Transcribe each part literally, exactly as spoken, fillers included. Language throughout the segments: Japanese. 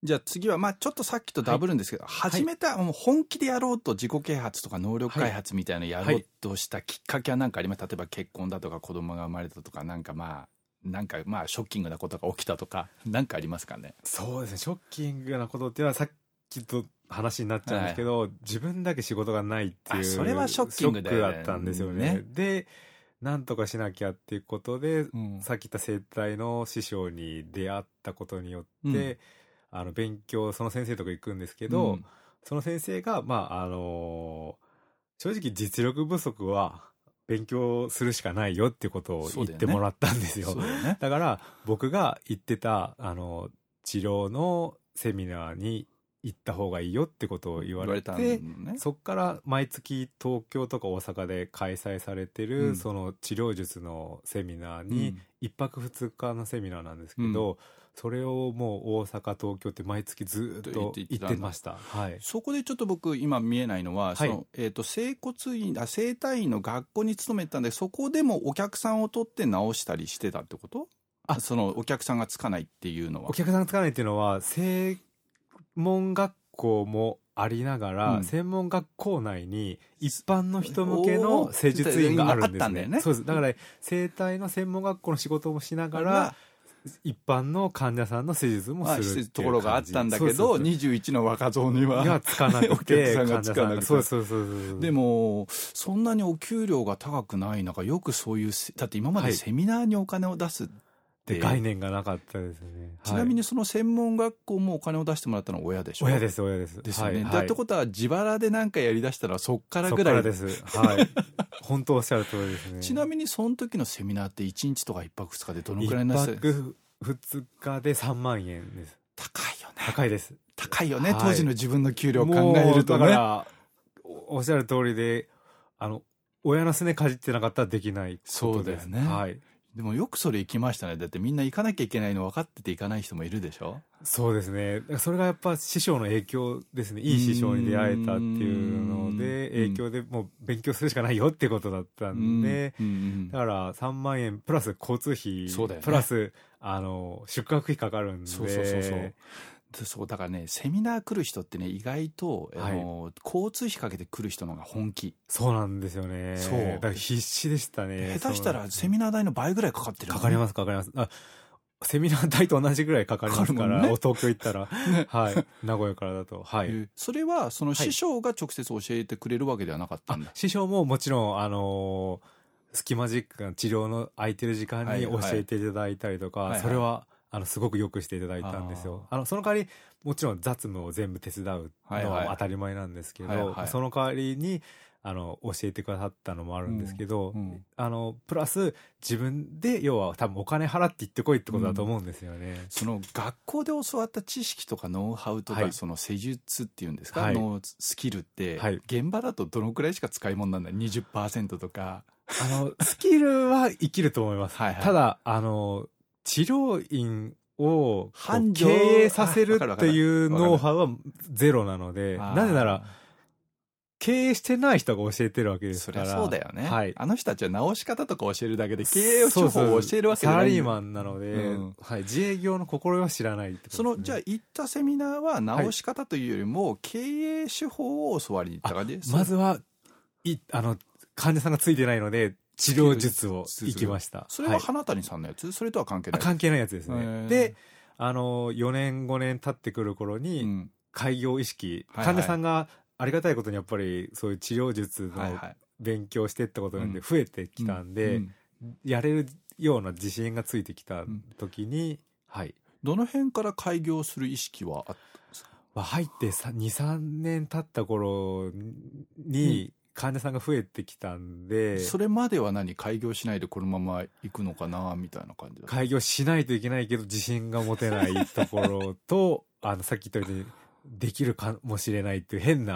じゃあ次は、まあちょっとさっきとダブるんですけど、はい、始めた、もう本気でやろうと自己啓発とか能力開発みたいなのやろうとしたきっかけは何かあります？例えば結婚だとか子供が生まれたとか、なんかまあ、なんかまあショッキングなことが起きたとか、なんかありますかね？ そうですね、ショッキングなことっていうのはさっきと話になっちゃうんですけど、はい、自分だけ仕事がないっていう、 それはショッキングだよね。 ショックだったんですよね。ねで、なんとかしなきゃっていうことで、うん、さっき言った整体の師匠に出会ったことによって、うんあの勉強その先生とか行くんですけど、うん、その先生がまああのー、正直実力不足は勉強するしかないよっていうことを言ってもらったんですよ。 そうだよね。 だから僕が行ってたあの治療のセミナーに行った方がいいよってことを言われて、れね、そっから毎月東京とか大阪で開催されてる、うん、その治療術のセミナーにいっぱくふつかのセミナーなんですけど、うん、それをもう大阪東京って毎月ずっと行ってました。はい、 そこでちょっと僕今見えないのは、はい、そのえっと整骨院あ整体院の学校に勤めてたんで、そこでもお客さんを取って直したりしてたってこと？あ、そのお客さんがつかないっていうのは。 お客さんがつかないっていうのは専門学校もありながら、うん、専門学校内に一般の人向けの施術院があるんですね。 ねそうです。だから整体の専門学校の仕事もしながら、一般の患者さんの施術もするっていうところがあったんだけど、にじゅういちの若造にはがつかなくて患者さんがつかなくて、 そうそうそうそう。 でもそんなにお給料が高くない中、よくそういうだって今までセミナーにお金を出す、はいって概念がなかったですね。 ちなみにその専門学校もお金を出してもらったのは親でしょ？ 親です親です。 ですよね。 はい、 だってことは自腹で何かやりだしたらそっからぐらい。 そっからです。はい。本当おっしゃる通りですね。 ちなみにその時のセミナーっていちにちとかいっぱくふつかでどのくらいなさい？ いっぱくふつかでさんまんえんです。 高いよね。 高いです。 高いよね。はい、当時の自分の給料を考えるとね。 だからおっしゃる通りで、あの親のすねかじってなかったらできないことです。 そうだよね。 はい。 でもよくそれ行きましたね。だってみんな行かなきゃいけないの分かってて行かない人もいるでしょ？ そうですね。それがやっぱ師匠の影響ですね。いい師匠に出会えたっていうので、影響でもう勉強するしかないよってことだったんで、だからさんまんえんプラス交通費、 そうだよね、 プラスあの宿泊費かかるんで、 そうそうそうそう。そうだからね、セミナー来る人ってね、意外と、はい、あの交通費かけて来る人の方が本気。 そうなんですよね。そうだから必死でしたね。 下手したらセミナー代の倍ぐらいかかってる、 ね、かかりますかかります。あ、セミナー代と同じぐらいかかりますから、ね、東京行ったら、ね、はい、名古屋からだと、はい、えー、 それはその師匠が直接教えてくれるわけではなかったんだ。 はい、師匠ももちろんあのー、スキマジックな治療の空いてる時間に教えていただいたりとか、はいはい、それはあのすごくよくしていただいたんですよ。あのその代わりもちろん雑務を全部手伝うのは当たり前なんですけど、はいはいはい、その代わりにあの教えてくださったのもあるんですけど、うんうん、あのプラス自分で要は多分お金払って行ってこいってことだと思うんですよね。うん、 その学校で教わった知識とかノウハウとか、はい、その施術っていうんですか、はい、のスキルって、はい、現場だとどのくらいしか使い物なんだ にじゅっパーセント とか。 あのスキルは生きると思います。はいはい、ただあの治療院を経営させるっていうノウハウはゼロなので、なぜなら経営してない人が教えてるわけですから。 そりゃそうだよね。はい、あの人たちは直し方とか教えるだけで経営手法を教えるわけじゃない。 サラリーマンなので、うん、はい、自営業の心は知らないってことですね。 そのじゃあ行ったセミナーは直し方というよりも、はい、経営手法を教わりに行った感じです。 まずはいあの患者さんがついてないので治療術を行きました。 それは花谷さんのやつ、はい、それとは関係ない？ 関係ないやつですね。で、あのよねんごねん経ってくる頃に、うん、開業意識、はいはい、患者さんがありがたいことにやっぱりそういう治療術の勉強していったことなんで増えてきたんで、うんうん、やれるような自信がついてきた時に、うん、はい。 どの辺から開業する意識はあったんですか？ まあ、入ってにさんねん経った頃に患者さんが増えてきたんで、 それまでは何開業しないでこのまま行くのかなみたいな感じだった。 開業しないといけないけど自信が持てないところとあのさっき言ったようにできるかもしれないっていう変な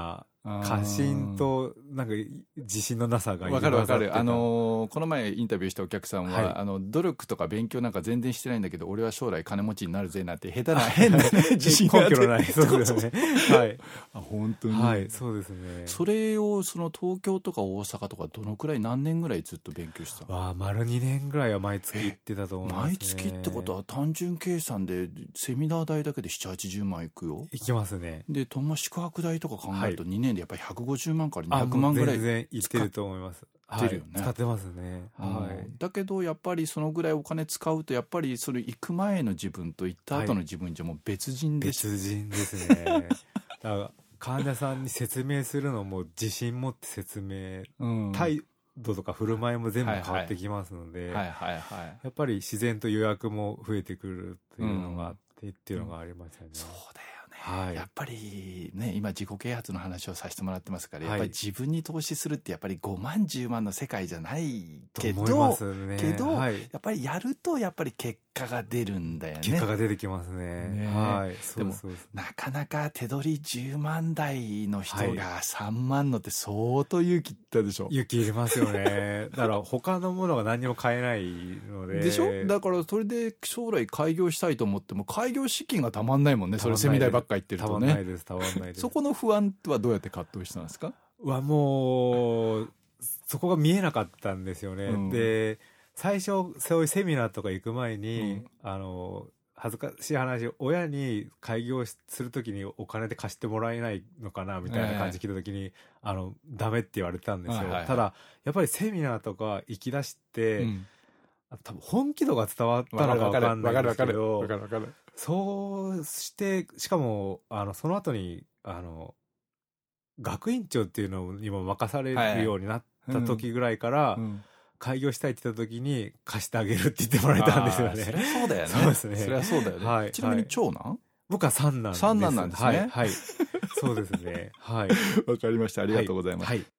過信となんか自信のなさがわかるわかる。あのー、この前インタビューしたお客さんは、はい、あの努力とか勉強なんか全然してないんだけど俺は将来金持ちになるぜなんて下手な変な自信があって根拠のないそうですねはいあ本当にはいそうですね。 それをその東京とか大阪とかどのくらい何年ぐらいずっと勉強したの？ わあ丸にねんぐらいは毎月行ってたと思いますね。 毎月ってことは単純計算でセミナー代だけでななじゅうはちじゅうまんいくよ。 行きますね。 でとも宿泊代とか考えるとにねんでやっぱりひゃくごじゅうまんからにひゃくまんぐらい全然行ってると思います。 使ってるよね、 はい、使ってますね、はい、 だけどやっぱりそのぐらいお金使うとやっぱりそれ行く前の自分と行った後の自分じゃもう別人でしょ、 別人ですねだから患者さんに説明するのも自信持って説明、うん、態度とか振る舞いも全部変わってきますので、やっぱり自然と予約も増えてくるというのがあってっていうのがありましたね、うん、 そうだよはい、やっぱりね今自己啓発の話をさせてもらってますから、はい、やっぱり自分に投資するってやっぱりごまんじゅうまんの世界じゃないけど、ね、けど、はい、やっぱりやるとやっぱり結果が出るんだよね。 結果が出てきますね。ねはい。 でもそうそうなかなか手取りじゅうまん台の人がさんまんのって相当勇気いったでしょ。 勇気いりますよね。だから他のものが何にも買えないので。 でしょ。だからそれで将来開業したいと思っても開業資金がたまんないもんね。それセミナーばっか言ってるとね。 たまんないです。たまんないです。 そこの不安はどうやって葛藤したんですか？ はもうそこが見えなかったんですよね。うん、で最初そういうセミナーとか行く前に、うん、あの恥ずかしい話親に開業するときにお金で貸してもらえないのかなみたいな感じ聞いたときに、えー、あのダメって言われたんですよ、はいはいはい、ただやっぱりセミナーとか行き出して、うん、多分本気度が伝わったのか分かんないんですけどそうしてしかもあのその後にあの学院長っていうのにも任されるようになった時ぐらいから、はいはいうんうん開業したいって言った時に貸してあげるって言ってもらえたんですよね。 そりゃそうだよね。 そうですね。 そりゃそうだよね。はい、ちなみに長男？はい、 僕は三男です。 三男なんですね。 はい。はい、そうですね。はい。 わかりました。ありがとうございます。はいはい